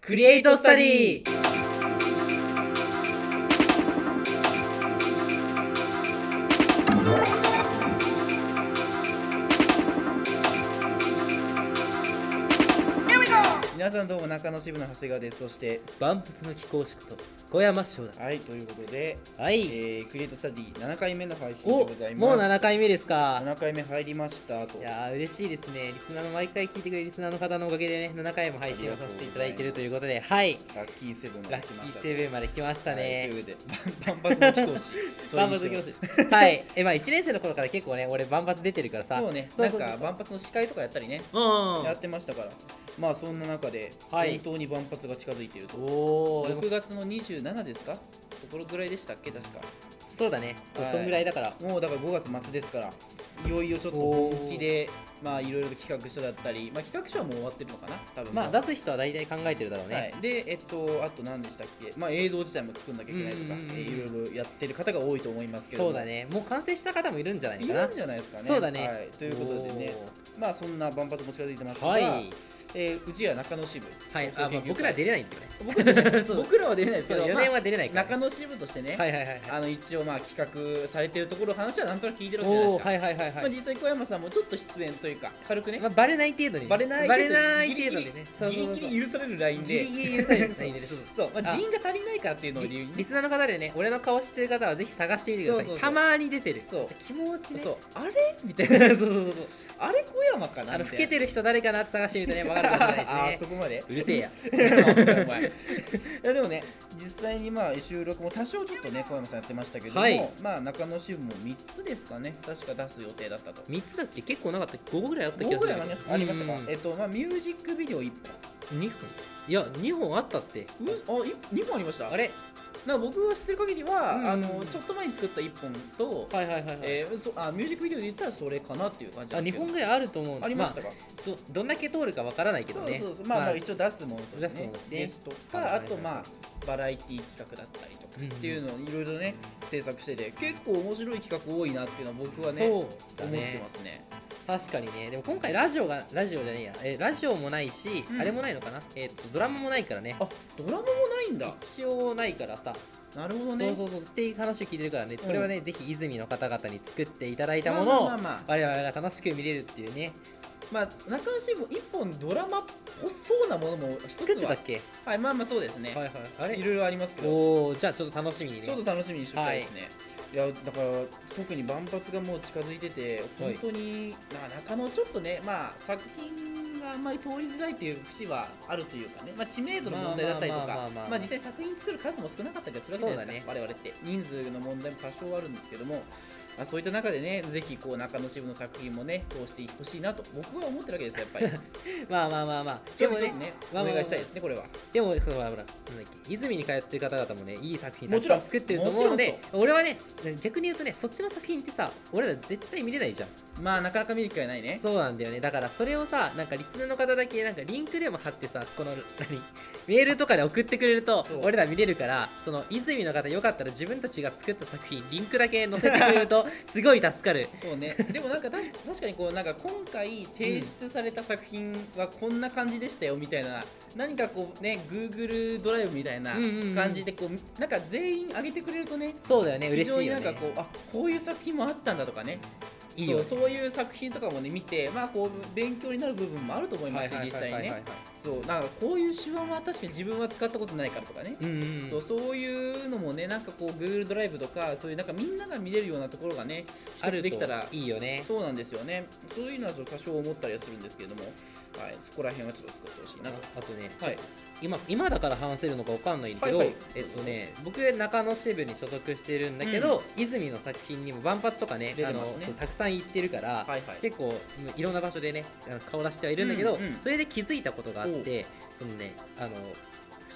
クリエイトスタディ。皆さんどうも、中野支部の長谷川です。そして万物の貴公子こと小山翔だ。 はい、ということで、 はい、 クリエイトスタディ7回目の配信でございます。 もう7回目ですか。 7回目入りましたと。 いやー嬉しいですね。リスナーの毎回聞いてくれるリスナーの方のおかげでね、7回も配信をさせていただいているということで、はい、 ラッキーセブンまラッキで来ました。 ーセブンまで来ましたね。 はい、ということで万発の貴公子万発の貴公子はい、まあ1年生の頃から結構ね、俺万発出てるからさ。 そうね、なんか万発の司会とかやったりね、やってましたから。まあそんな中で本当に万発が近づいていると。6月の27ですか、そこぐらいでしたっけ確か。 そうだね、そんぐらいだから、 もうだから5月末ですから、いよいよちょっと本気でまあいろいろと企画書だったり、まあ企画書はもう終わってるのかな多分。 まあ出す人は大体考えてるだろうね。 はい、であと何でしたっけ、まあ映像自体も作んなきゃいけないとか、いろいろやってる方が多いと思いますけども。 そうだね、もう完成した方もいるんじゃないかな。 いるんじゃないですかね。 そうだね、 はい、ということでね、まあそんな万発も近づいてますが、 はい、 うちは中野支部、 はい、まあ僕ら出れないんだよね。 僕らは出れないですけど、 4年は出れないから、 中野支部としてね、一応まあ企画されてるところ、話はなんとなく聞いてるわけじゃないですか。 はいはいはいはい。 まあ実際小山さんもちょっと出演というか軽くね、 まあバレない程度に、 バレない程度でね、ギリギリ許されるラインで、 ギリギリ許されるラインでね、 そう、まあ人員が足りないからっていうのを理由に、 リスナーの方でね、俺の顔知ってる方はぜひ探してみてください。たまに出てる。そう、気持ちね。そう、あれみたいな。そうそうそう。あれ小山かな。老けてる人誰かなって探してみるとね、わかるかもしれないですね。 そこまでうるせえや。 いやでもね、実際にまあ収録も多少ちょっとね小山さんやってましたけども、まあ中野支部も3つですかね、確か出す予定だったと。 3つだっけ、結構なかった。5個ぐらいあった気がする。 5個ぐらいありましたか。まあミュージックビデオ1本、 2本、いや2本あったって。 2本ありました。あれなんか僕が知ってる限りは、ちょっと前に作った1本と、ミュージックビデオで言ったらそれかなっていう感じですけど。 2本ぐらいあると思う。 ありましたか。 どんだけ通るかわからないけどね。 そうまあ一応出すものとしてね、ですとか、あとまあバラエティ企画だったりとかっていうのをいろいろね制作してて、結構面白い企画多いなっていうのは僕はね思ってますね。 確かにね。でも今回ラジオじゃねえや、ラジオもないし、あれもないのかな、ドラマもないからね。 あ、ドラマもないんだ。 一応ないからさ。 なるほどね。 そうっていう話を聞いてるからね、これはね、ぜひ泉の方々に作っていただいたものを我々が楽しく見れるっていうね。 まあ中野支部1本ドラマっぽそうなものも一つは作ってたっけ。 はい、まあそうですね。いろいろありますけど。 おお、じゃあちょっと楽しみにね。 ちょっと楽しみにしときたいですね。いやだから特に万発がもう近づいてて、本当に中野ちょっとね、まあ作品があんまり通りづらいっていう節はあるというかね、まあ知名度の問題だったりとか、まあ実際作品作る数も少なかったりするわけじゃないですか。我々って人数の問題も多少あるんですけども、そういった中でね、ぜひこう中野支部の作品もね通してほしいなと僕は思ってるわけですよ、やっぱり。 まあでもね、お願いしたいですね、これは。 でもほらなんだっけ、泉に通ってる方々もね、いい作品たくさん作ってると思うので、俺はね逆に言うとね、そっちの作品ってさ、俺ら絶対見れないじゃん。 まあなかなか見る機会ないね。 そうなんだよね。だからそれをさ、なんかリスナーの方だけなんかリンクでも貼ってさ、このメールとかで送ってくれると俺ら見れるから、その泉の方よかったら自分たちが作った作品リンクだけ載せてくれるとすごい助かる。 そうね。でもなんか確かにこうなんか今回提出された作品はこんな感じでしたよみたいな、何かこうね Google ドライブみたいな感じでこうなんか全員上げてくれるとね、 そうだよね、嬉しいよね。 非常になんかこうこういう作品もあったんだとかね。そういう作品とかもね見て、まあこう勉強になる部分もあると思いますし、実際にね。そうなんかこういう手腕は確かに自分は使ったことないからとかね、そういうのもね、なんかこう Google ドライブとかそういうなんかみんなが見れるようなところがねあるとできたらいいよね。 そうなんですよね。そういうのは多少思ったりはするんですけれども、はい、そこら辺はちょっと作ってほしいなと。 あとね、今だから話せるのか分かんないんだけど、僕中野支部に所属してるんだけど、泉の作品にも万発とかね、たくさん行ってるから、結構いろんな場所でね顔出してはいるんだけど、それで気づいたことがあって、そのね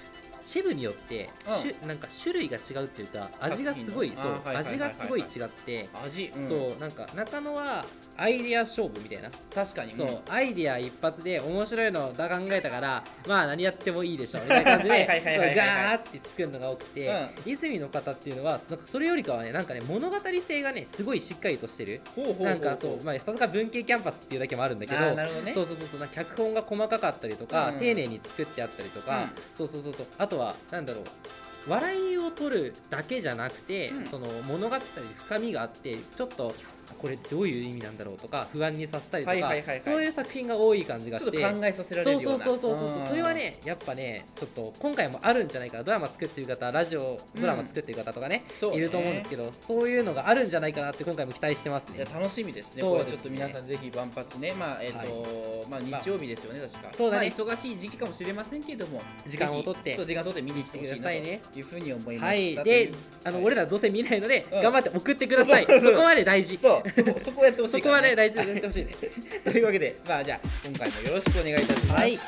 支部によって、なんか種類が違うっていうか味がすごい、そう味がすごい違って、そうなんか中野はアイデア勝負みたいな、 確かにそうアイデア一発で面白いのだ考えたからまあ何やってもいいでしょみたいな感じでガーって作るのが多くて、泉の方っていうのはなんかそれよりかはね、なんかね物語性がねすごいしっかりとしてる。なんかそう、まあさすが文系キャンパスっていうだけもあるんだけど、そうなんか脚本が細かかったりとか、丁寧に作ってあったりとか、そうあとはなんだろう、笑いを取るだけじゃなくて、その物語に深みがあって、ちょっとこれどういう意味なんだろうとか不安にさせたりとか、そういう作品が多い感じがして、 ちょっと考えさせられるような、 そうそれはねやっぱねちょっと今回もあるんじゃないかな。ドラマ作ってる方、ラジオドラマ作ってる方とかね、いると思うんですけど、そういうのがあるんじゃないかなって今回も期待してますね。 いや楽しみですね。これちょっと皆さんぜひ万発ね、まあまあ日曜日ですよね、確か。 そうだね、 忙しい時期かもしれませんけども、 時間を取って見に来てくださいねというふうに思いました。 はい、で俺らどうせ見ないので頑張って送ってください。そこまで大事。 そこやってほしい。 そこまで大事でやってほしい。 というわけで、まあじゃあ今回もよろしくお願いいたします。はい。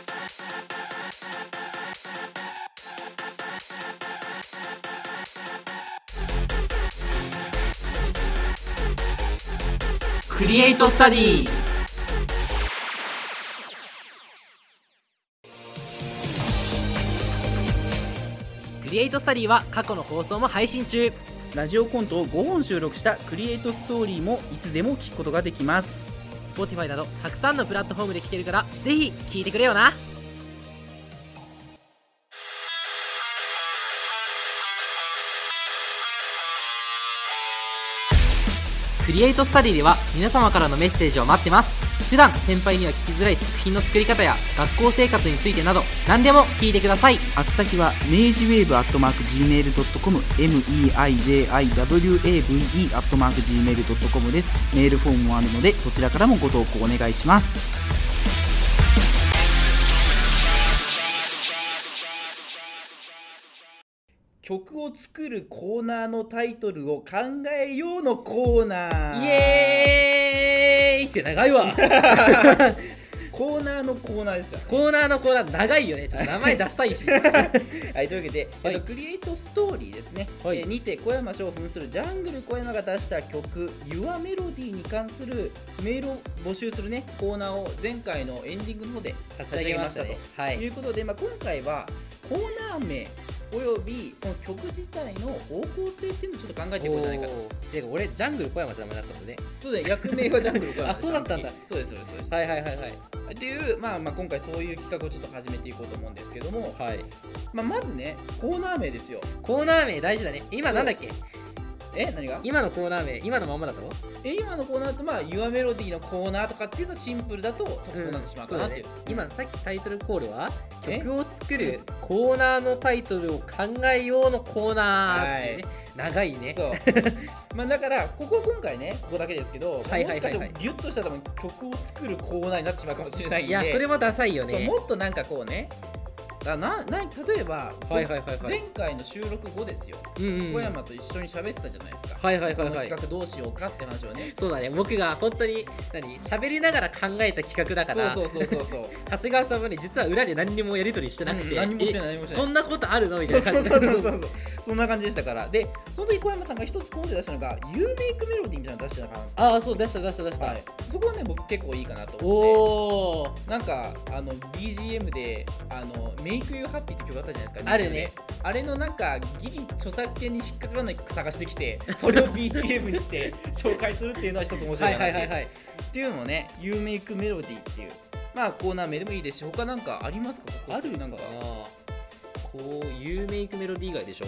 クリエイトスタディ。クリエイトスタディは過去の放送も配信中。 ラジオコントを5本収録したクリエイトストーリーもいつでも聞くことができます。 Spotify などたくさんのプラットフォームで聞けるからぜひ聞いてくれよな。クリエイトスタディでは皆様からのメッセージを待ってます。普段先輩には聞きづらい作品の作り方や学校生活についてなど何でも聞いてください。 宛先は明治ウェーブ@gmail.com meijiwave@gmail.com です。メールフォームもあるのでそちらからもご投稿お願いします。曲を作るコーナーのタイトルを考えようのコーナー。 イエーイって長いわ。 コーナーのコーナーですから、ね、 コーナーのコーナー長いよね。ちょっと名前ダサいし。 はい、というわけで、クリエイトストーリーですね、にて小山翔を扮するジャングル小山が出した曲「Your Melody」に関するメールを募集するねコーナーを前回のエンディングの方で立ち上げましたと、いうことで、今回はコーナー名およびこの曲自体の方向性っていうのをちょっと考えていこうじゃないかと。 俺ジャングル小山って名前だったんでね。 そうだね、役名はジャングル小山。 あ、そうだったんだ。 そうです。 はいっていう、まあ今回そういう企画をちょっと始めていこうと思うんですけども、まずねコーナー名ですよ。 コーナー名大事だね。今なんだっけ？ 何が？ 今のコーナー名、今のままだと？ 今のコーナーとYour Melody のコーナーとかっていうのはシンプルだとそうなってしまうかなっていう。 今さっきタイトルコールは曲を作るコーナーのタイトルを考えようのコーナーっていうね。長いね。 そうだからここは今回ねここだけですけど、もしかしたらギュッとしたら曲を作るコーナーになってしまうかもしれないんで。 いやそれもダサいよね。 もっとなんかこうね、例えば前回の収録後ですよ、小山と一緒に喋ってたじゃないですか。この企画どうしようかって話をね。 そうだね、僕が本当に喋りながら考えた企画だから。 そう長谷川さんもね実は裏で何にもやり取りしてなくて、 何もしてない。 そんなことあるのみたいな感じ。 そんな感じでしたから。でその時小山さんが一つポンって出したのが You Make Melody みたいなの出してたかな。 ああそう出した、そこはね僕結構いいかなと思って。なんかBGM でMake You Happy って曲あったじゃないですか。 あるね。 あれのなんかギリ著作権に引っかからない曲探してきてそれを BGM にして紹介するっていうのは一つ面白いかなっていうのもね You Make Melody っていうコーナー名でもいいですし、他なんかありますか？ あるなんかこう You Make Melody 以外でしょ。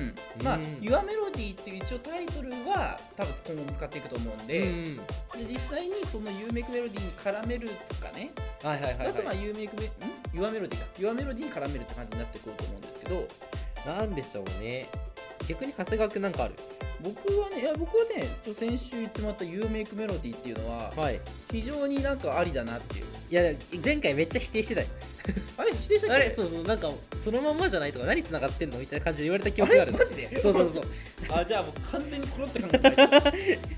Your Melody っていう一応タイトルは多分今後も使っていくと思うんで、実際にその You Make Melody に絡めるとかね、あとYour Melody に絡めるって感じになってくると思うんですけど、 なんでしょうね。逆に長谷川くんなんかある？ 僕はね先週言ってもらった You Make Melody っていうのは、非常になんかありだなっていう。 いや前回めっちゃ否定してたよ。 あれ否定したっけ？ あれそうなんかそのまんまじゃないとか何繋がってんのみたいな感じで言われた記憶がある。 マジで？そう。じゃあもう完全にコロって考えて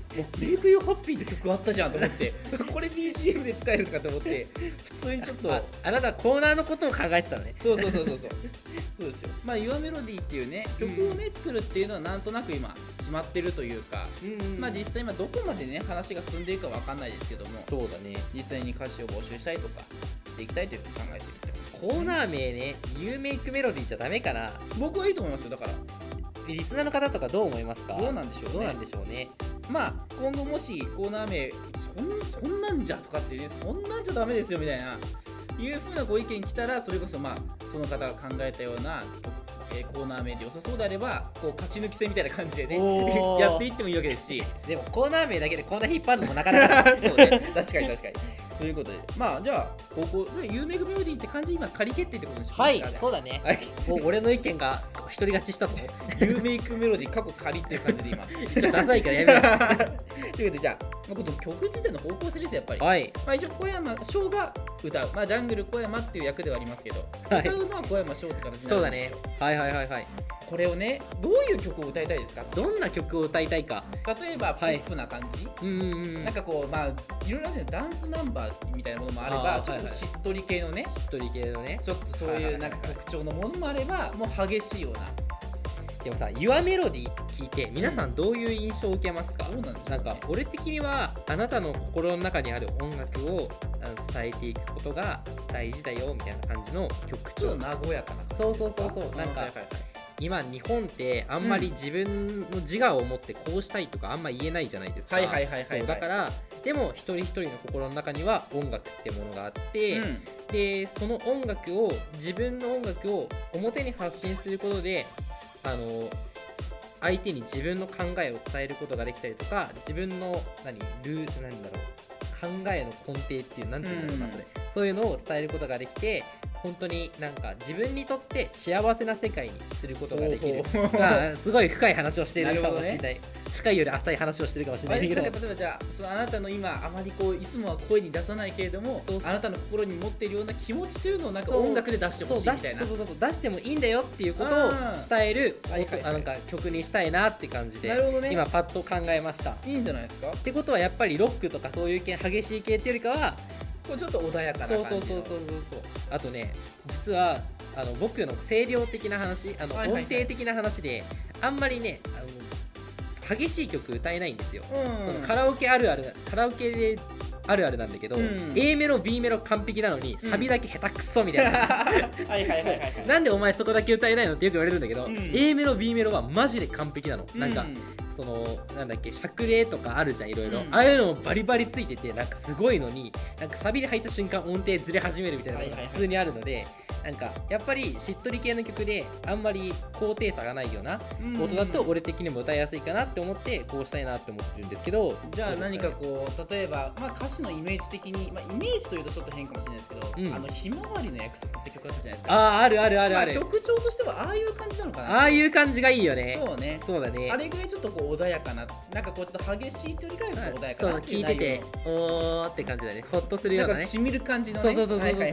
メイクユーハッピーって曲あったじゃんと思ってこれ BGM で使えるとかと思って普通にちょっとあなたコーナーのことを考えてたのね。 そうですよ。まあ Your Melody っていうね曲をね作るっていうのはなんとなく今決まってるというか、まあ実際今どこまでね話が進んでいくかわかんないですけども、 そうだね。 実際に歌詞を募集したりとかしていきたいというふうに考えてるってことコーナー名ね、You Make Melody じゃダメかな。 僕はいいと思いますよ。だからリスナーの方とかどう思いますか？ どうなんでしょうね。 どうなんでしょうね。 まあ今後もしコーナー名そんなんじゃとかってね、そんなんじゃダメですよみたいないう風なご意見来たら、それこそまあその方が考えたような、コーナー名で良さそうであればこう勝ち抜き戦みたいな感じでねやっていってもいいわけですし、 でもコーナー名だけでコーナー引っ張るのもなかなかそうね、確かにということで、まあじゃあここYou Make Melodyって感じ今仮決定ってことにしますか。 はいそうだね、 はい、 もう俺の意見が独り勝ちしたぞ You Make Melody過去仮っていう感じで今ちょっとダサいからやめようということで、じゃあ、まあ、この曲自体の方向性ですやっぱり、 はいまあ、一応小山翔が歌う、まあ、ジャングル小山っていう役ではありますけど、 はい歌うのは小山翔って形になるんですよ。 そうだね、はいこれをね、どういう曲を歌いたいですか。 どんな曲を歌いたいか。 例えばポップな感じ、なんかこうまあいろいろあるじゃん、ダンスナンバーみたいなものもあれば、ちょっとしっとり系のね、 しっとり系のね、 ちょっとそういうなんか特徴のものもあれば、もう激しいような。 でもさ、Your Melody 聞いて皆さんどういう印象を受けますか？なんか俺的にはあなたの心の中にある音楽を伝えていくことが大事だよみたいな感じの曲調。 ちょっと和やかなそうなんか今日本ってあんまり自分の自我を持ってこうしたいとかあんま言えないじゃないですか。そうだからでも一人一人の心の中には音楽ってものがあって、でその音楽を自分の音楽を表に発信することで相手に自分の考えを伝えることができたりとか、自分の考えの根底っていうなんていうんだろうな、そういうのを伝えることができて、本当になんか自分にとって幸せな世界にすることができる。すごい深い話をしているかもしれない。深いより浅い話をしてるかもしれないけど、 例えばじゃああなたの今あまりこういつもは声に出さないけれども、あなたの心に持っているような気持ちというのをなんか音楽で出してほしいみたいな。 そう出してもいいんだよっていうことを伝えるなんか曲にしたいなって感じで、今パッと考えました。 いいんじゃないですか。 ってことはやっぱりロックとかそういう激しい系っていうよりかはこれちょっと穏やかな感じの。 そうあとね、実は僕の声量的な話、音程的な話であんまりね激しい曲歌えないんですよ。そのカラオケであるあるなんだけど、A メロ B メロ完璧なのにサビだけ下手くそみたいな。なんでお前そこだけ歌えないのってよく言われるんだけど、A メロ B メロはマジで完璧なの。なんかそのなんだっけ、釈霊とかあるじゃん、いろいろ、ああいうのもバリバリついててなんかすごいのに、なんかサビで入った瞬間音程ずれ始めるみたいなのが普通にあるので、なんかやっぱりしっとり系の曲であんまり高低差がないような音だと俺的にも歌いやすいかなって思ってこうしたいなって思ってるんですけど、 じゃあ何かこう例えば、まあ、歌詞のイメージ的に、まあ、イメージというとちょっと変かもしれないですけど、ひまわりの約束って曲あったじゃないですか。 ある、 まあ、曲調としてはああいう感じなのかな。 ああいう感じがいいよね。そうだね。 あれぐらいちょっとこう穏やかな、なんかこうちょっと激しいというよりかは穏やかなっていう聞いてておーって感じだね。ほっとするようなね。 しみる感じのね。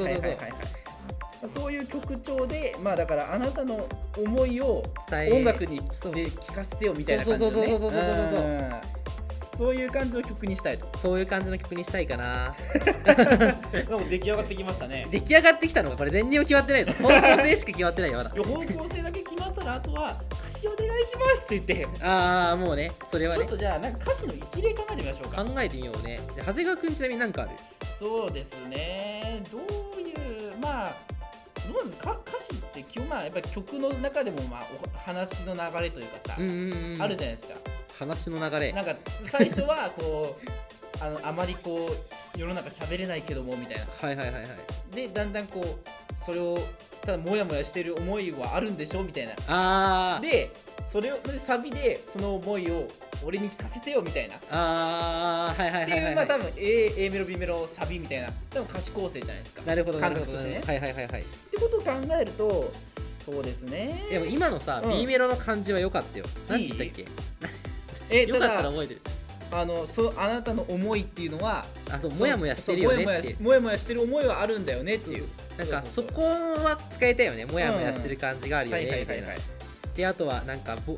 そういう曲調で、まあだからあなたの思いを音楽に聞かせてよみたいな感じのね。そういう感じの曲にしたいと。 そういう感じの曲にしたいかな。 も出来上がってきましたね。 出来上がってきたのがこれ全然決まってないぞ。方向性しか決まってないよまだ。 方向性だけ決まったらあとは歌詞お願いしますって言って。 もうね、それはね。 ちょっとじゃあなんか歌詞の一例考えてみましょうか。 考えてみようね。じゃ長谷川くんちなみに何かある？ そうですね。どういうまあ。どうですか、歌詞って基本やっぱり曲の中でもお話の流れというかさ、あるじゃないですか。 話の流れ。 なんか最初はこうあまりこう世の中喋れないけどもみたいな。でだんだんこうそれをただモヤモヤしてる思いはあるんでしょみたいな。でそれをサビでその思いを俺に聞かせてよみたいな。っていうまあ多分 A メロ B メロサビみたいな多分歌詞構成じゃないですか。 なるほど。 感覚としてね。ってことを考えるとそうですね。 でも今のさ B メロの感じは良かったよ。何て言ったっけ？良かったら覚えてる。 あなたの思いっていうのはモヤモヤしてるよねっていう、 モヤモヤしてる思いはあるんだよねっていう、 なんかそこは使えたよね。モヤモヤしてる感じがあるよねみたいな。であとはなんか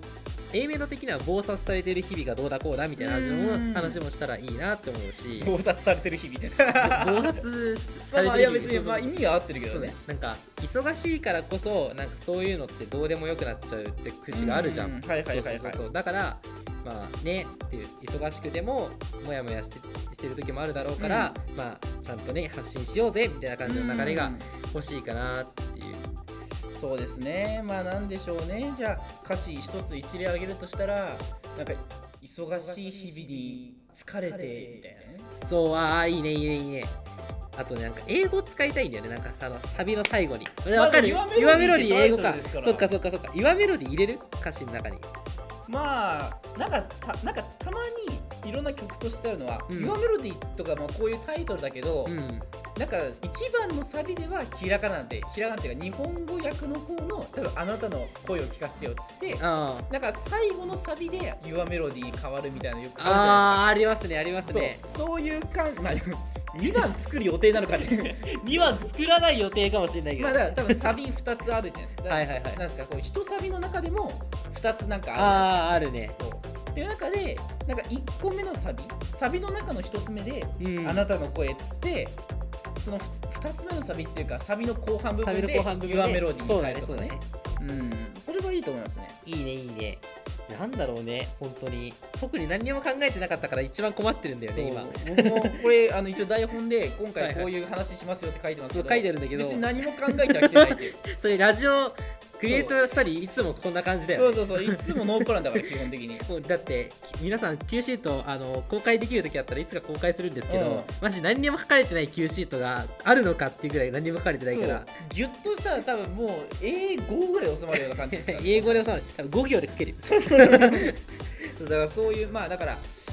A メロ的には忙殺されてる日々がどうだこうだみたいな話もしたらいいなって思うし、 忙殺されてる日々 忙殺されてる日々、 いや別にまあ意味は合ってるけどね。 なんか忙しいからこそなんかそういうのってどうでもよくなっちゃうって節があるじゃん。 はいはいはいはい。 だからまあねっていう、忙しくてもモヤモヤしてる時もあるだろうから、まあちゃんとね発信しようぜみたいな感じの流れが欲しいかなっていう。 そうですね。まあなんでしょうね。じゃあ歌詞一つ一例挙げるとしたら、なんか忙しい日々に疲れてみたいなね。 そう、いいねいいねいいね。あとね、なんか英語使いたいんだよね。なんかサビの最後に。わかる？Your Melody英語か。そっか。Your Melody入れる？歌詞の中に。 まあなんかたまにいろんな曲としてあるのは、Your Melody とかこういうタイトルだけど、なんか一番のサビではひらがなっていうか日本語訳の方の多分あなたの声を聞かせてよっつって、なんか最後のサビで Your Melody 変わるみたいなのよくあるじゃないですか。 ありますねありますね。 そういうまあ2番作る予定なのかって 2番作らない予定かもしれないけど、 まあだから多分サビ2つあるじゃないですか。 はいなんですか、こう一サビの中でも2つなんかあるんですか。 あるね。っていう中でなんか1個目のサビの中の1つ目で、あなたの声っつってその2つ目のサビっていうかサビの後半部分で Your Melody に変えるとかね。それはいいと思いますね。 いいね。なんだろうね、本当に特に何にも考えてなかったから一番困ってるんだよね今。 僕もこれ一応台本で今回こういう話しますよって書いてますけど、 書いてるんだけど別に何も考えてはきてないっていうそれラジオクリエイトスタディいつもこんな感じだよね。 そういつもノープランだから基本的にだって皆さん Q シート公開できる時あったらいつか公開するんですけど、マジ何にも書かれてない Q シートがあるのかっていうぐらい何にも書かれてないから、 ギュッとしたら多分もう英語ぐらい収まるような感じですから英語で収まる、多分5行で書けるよ。 だからそういうだから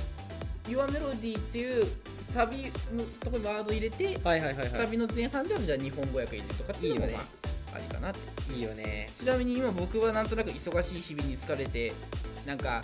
Your Melody っていうサビのところにワード入れて、サビの前半ではじゃあ日本語訳入れるとかっていうのもありかなって。 いいよね。 ちなみに今僕はなんとなく忙しい日々に疲れてなんか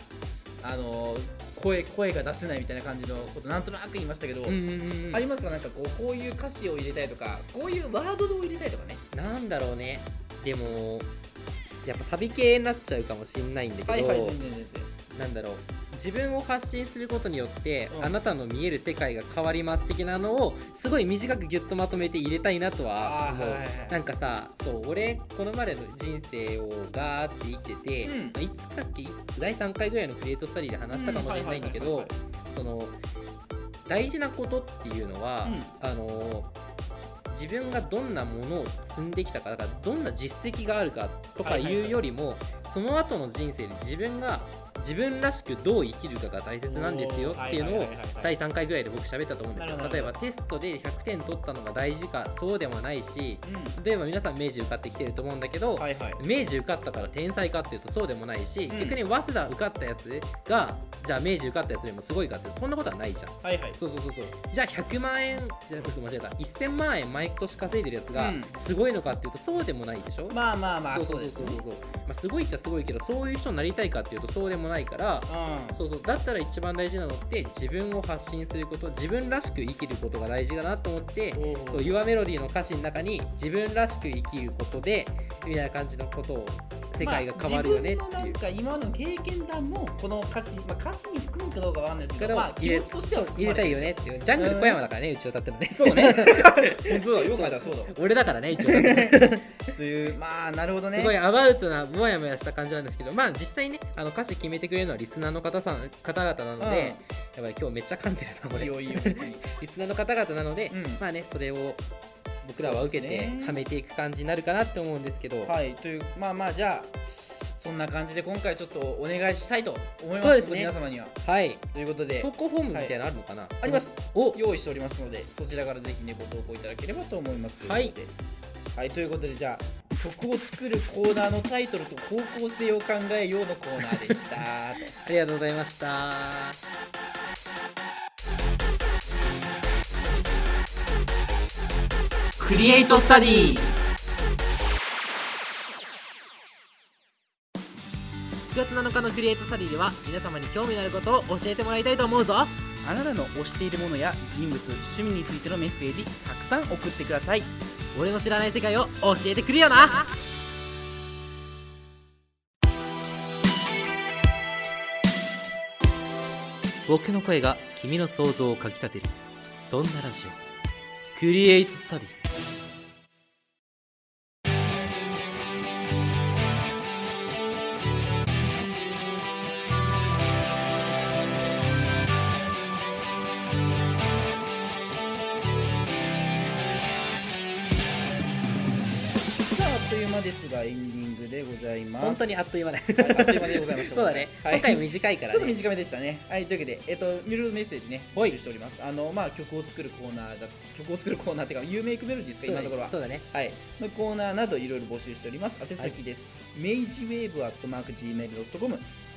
声が出せないみたいな感じのことなんとなく言いましたけど、ありますか？なんかこういう歌詞を入れたいとかこういうワードを入れたいとかね。 なんだろうね。でもやっぱサビ系になっちゃうかもしれないんだけど、なんだろう、自分を発信することによって、あなたの見える世界が変わります的なのをすごい短くギュッとまとめて入れたいなとは思う。なんかさ、俺このまでの人生をガーって生きてて、いつかっけ第3回ぐらいのクリエイトスタディで話したかもしれないんだけど、その大事なことっていうのは、自分がどんなものを積んできたか、だからどんな実績があるかとかいうよりも、その後の人生で自分が自分らしくどう生きるかが大切なんですよっていうのを第3回ぐらいで僕喋ったと思うんですよ。例えばテストで100点取ったのが大事か、そうでもないし、例えば皆さん明治受かってきてると思うんだけど、明治受かったから天才かっていうとそうでもないし、逆に早稲田受かったやつがじゃあ明治受かったやつよりもすごいかってそんなことはないじゃん。そうじゃあ100万円じゃなくて間違えた1000万円毎年稼いでるやつがすごいのかっていうとそうでもないでしょ。すごいっちゃすごいけど、そういう人になりたいかっていうとそうでもないから、だったら一番大事なのって自分を発信すること、自分らしく生きることが大事だなと思って、Your Melodyの歌詞の中に自分らしく生きることでみたいな感じのことを世界が変わるよねっていう、 自分のなんか今の経験談もこの歌詞、歌詞に含むかどうかわかんないですけど、気持ちとしては入れたいよねっていう。ジャングル小山だからね、うち歌ってるね。 そうね本当だ、よく考えたらそうだ俺だからね、一応というなるほどね。 すごいアバウトなもやもやした感じなんですけど、実際ね歌詞決めてくれるのはリスナーの方々なので、やっぱり今日めっちゃ噛んでるなこれ。リスナーの方々なので、それを僕らは受けてはめていく感じになるかなって思うんですけど、 というじゃあそんな感じで今回ちょっとお願いしたいと思います。 そうですね、 皆様には。ということで投稿フォームみたいなのあるのかな。 あります。用意しておりますので、そちらからぜひねご投稿いただければと思います。ということでじゃあ曲を作るコーナーのタイトルと方向性を考えようのコーナーでしたありがとうございました。クリエイトスタディ。9月7日のクリエイトスタディでは皆様に興味のあることを教えてもらいたいと思うぞ。 あなたの推しているものや人物、趣味についてのメッセージたくさん送ってください。 俺の知らない世界を教えてくれよな。 僕の声が君の想像をかきたてる、そんなラジオ、クリエイトスタディ。 ですがエンディングでございます。 本当にあっという間だ、 はい、あっという間でございました。 そうだね、 はい、 今回も短いからね。 ちょっと短めでしたね。はい、というわけで、メールメッセージね、募集しております。曲を作るコーナーっていうか、ユーメイクメロディーですか、今のところは。 そうだね。 はい。のコーナーなどいろいろ募集しております。宛先です。meijiwave@gmail.com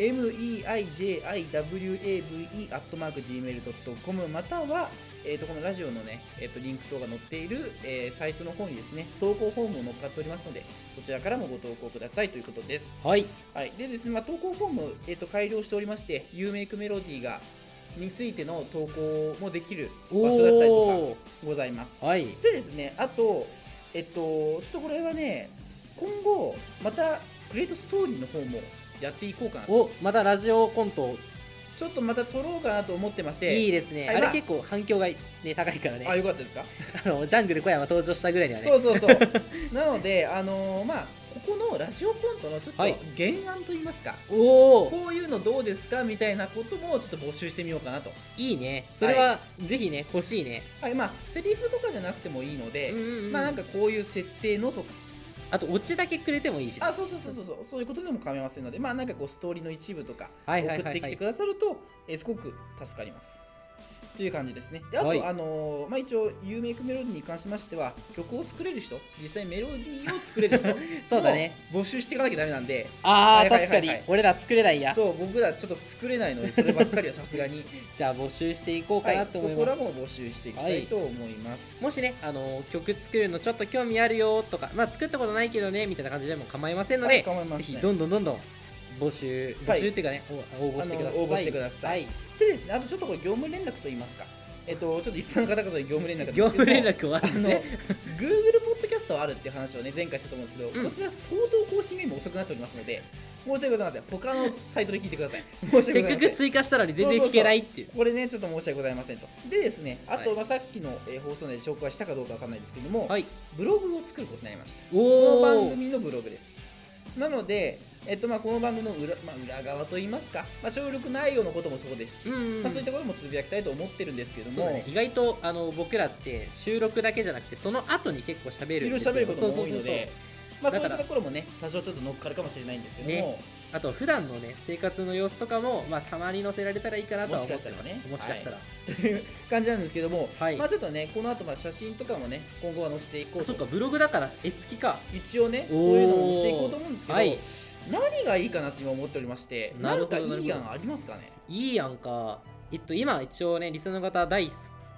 meijiwave@gmail.com または、このラジオのね、リンク等が載っている、サイトの方にですね、投稿フォームを載っかっておりますので、そちらからもご投稿くださいということです。 はい。 はい、でですね、投稿フォーム、改良しておりまして、ユーメイクメロディーについての投稿もできる場所だったりとかございます。 はい。 でですね、あと、ちょっとこれはね、今後、またクリエイトストーリーの方もやっていこうかなと。 またラジオコントちょっとまた撮ろうかなと思ってまして。 いいですね、はい、あれ結構反響が、ね、高いからね。 あ、よかったですか。 ジャングル小山登場したぐらいにはね。 そうなのでここのラジオコントのちょっと原案といいますか、こういうのどうですかみたいなこともちょっと募集してみようかなと。 いいね、それはぜひね、欲しいね。 はい、セリフとかじゃなくてもいいので、なんかこういう設定のとか、 あとオチだけくれてもいいし、 あ、そういうことでも構いませんので、なんかこうストーリーの一部とか送ってきてくださるとすごく助かりますという感じですね。で、あと、一応ユーメイクメロディーに関しましては、曲を作れる人、実際メロディーを作れる人そうだね、 募集していかなきゃダメなんで。 確かに俺ら作れないや。 そう、僕らちょっと作れないので、そればっかりはさすがにじゃあ募集していこうかなと思います。 そこらも募集していきたいと思います。 もしね、曲作るのちょっと興味あるよとか、作ったことないけどねみたいな感じでも構いませんので、ぜひどんどん募集っていうかね、応募してください。 でですね、あとちょっとこれ業務連絡といいますか、ちょっと一般の方々に業務連絡業務連絡はあるんですね。 Google ポッドキャストはあるっていう話をね、前回したと思うんですけど、こちら相当更新が今遅くなっておりますので、申し訳ございません。他のサイトで聞いてください。 せっかく追加したのに全然聞けないっていう。 これね、ちょっと申し訳ございませんと。でですね、あと、さっきの放送内で紹介したかどうかわかんないですけども、ブログを作ることになりました。この番組のブログです。なので、この番組の裏側といいますか、収録内容のこともそうですし、そういったこともつぶやきたいと思ってるんですけども、 意外と僕らって収録だけじゃなくてその後に結構喋るんですよ。 喋ることも多いので、そういったところもね、多少ちょっと乗っかるかもしれないんですけども、 あと普段のね生活の様子とかもたまに載せられたらいいかなとは思ってます。もしかしたらという感じなんですけども、ちょっとね、この後写真とかもね、今後は載せていこうと。 そっか、ブログだから絵付きか。 一応ね、そういうのもしていこうと思うんですけど、何がいいかなって今思っておりまして、何かいい案ありますかね。 いい案か。今一応ね、リスナーの方第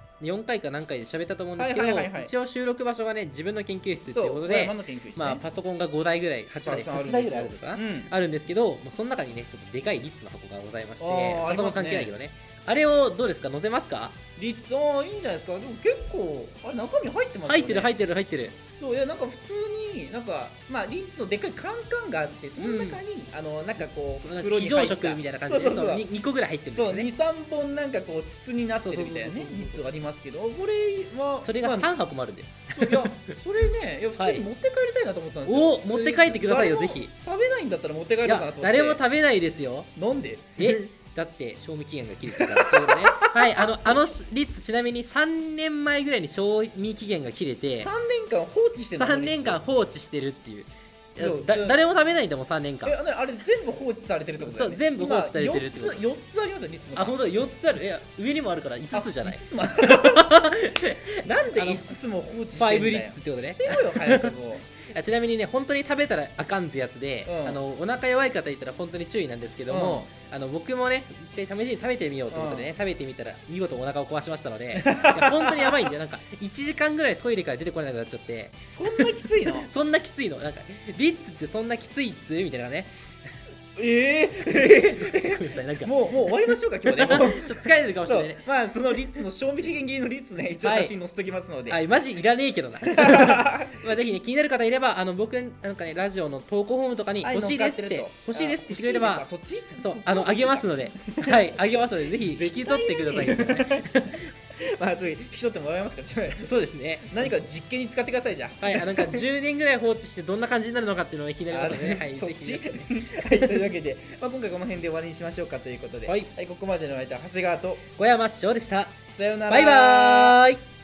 4回か何回で喋ったと思うんですけど、一応収録場所がね、自分の研究室っていうことで、パソコンが5台ぐらい、8台ぐらいあるのかな、あるんですけど、その中にね、ちょっとでかいリッツの箱がございまして、パソコン関係ないけどね、あれをどうですか、載せますか。 リッツ、いいんじゃないですか。でも結構あれ中身入ってますよね。 入ってる。 そう、いや、なんか普通になんかリッツのでっかいカンカンがあって、その中になんかこう袋に入った非常食みたいな感じで2個ぐらい入ってるんですよね。 そう、2、3本なんかこう筒になってるみたいなね、リッツがありますけど、これはそれが3箱もあるんで、 いや、それね、普通に持って帰りたいなと思ったんですよ。 持って帰ってくださいよ、ぜひ。 食べないんだったら持って帰ろうかなと思って。 誰も食べないですよ。 なんで？ だって賞味期限が切れてるからね。はい、あのリッツ、ちなみに3年前ぐらいに賞味期限が切れて、 3年間放置してるの。 3年間放置してるっていう。誰も食べないんだもん、3年間。 あれ全部放置されてるってことだよね。 そう、全部放置されてるってこと。 4つありますよ、リッツの。 あ、ほんと4つある。いや、上にもあるから5つじゃない。 5つもある。なんで5つも放置してるんだよ。 5リッツってことね。 捨てろよ、早くもう。 ちなみにね、本当に食べたらあかんってやつで、お腹弱い方いたら本当に注意なんですけども、僕もね、試しに食べてみようと思ってね、食べてみたら見事お腹を壊しましたので、本当にやばいんで、なんか1時間ぐらいトイレから出てこれなくなっちゃって。 そんなきついの？ そんなきついの。なんかリッツってそんなきついっつみたいなね。 ごめんなさい、なんかもう終わりましょうか今日ねもうちょっと疲れてるかもしれないね。 まあそのリッツの賞味期限切りのリッツね、一応写真載せときますので、 はい、マジいらねえけどなまあぜひね、気になる方いれば僕なんかね、ラジオの投稿フォームとかに欲しいですって言ってくれれば、 そっちそうあげますので、はいあげますので、ぜひ引き取ってくださいまあ、引き取ってもらえますか。 そうですね、 何か実験に使ってください。じゃあ、 はい、なんか10年ぐらい放置してどんな感じになるのかっていうのが気になりますので、ね、はい、 そっち、 ぜひねはい、というわけで、今回この辺で終わりにしましょうかということで、 はい、 ここまでの間、長谷川と小山市長でした。 さようなら。 バイバーイ。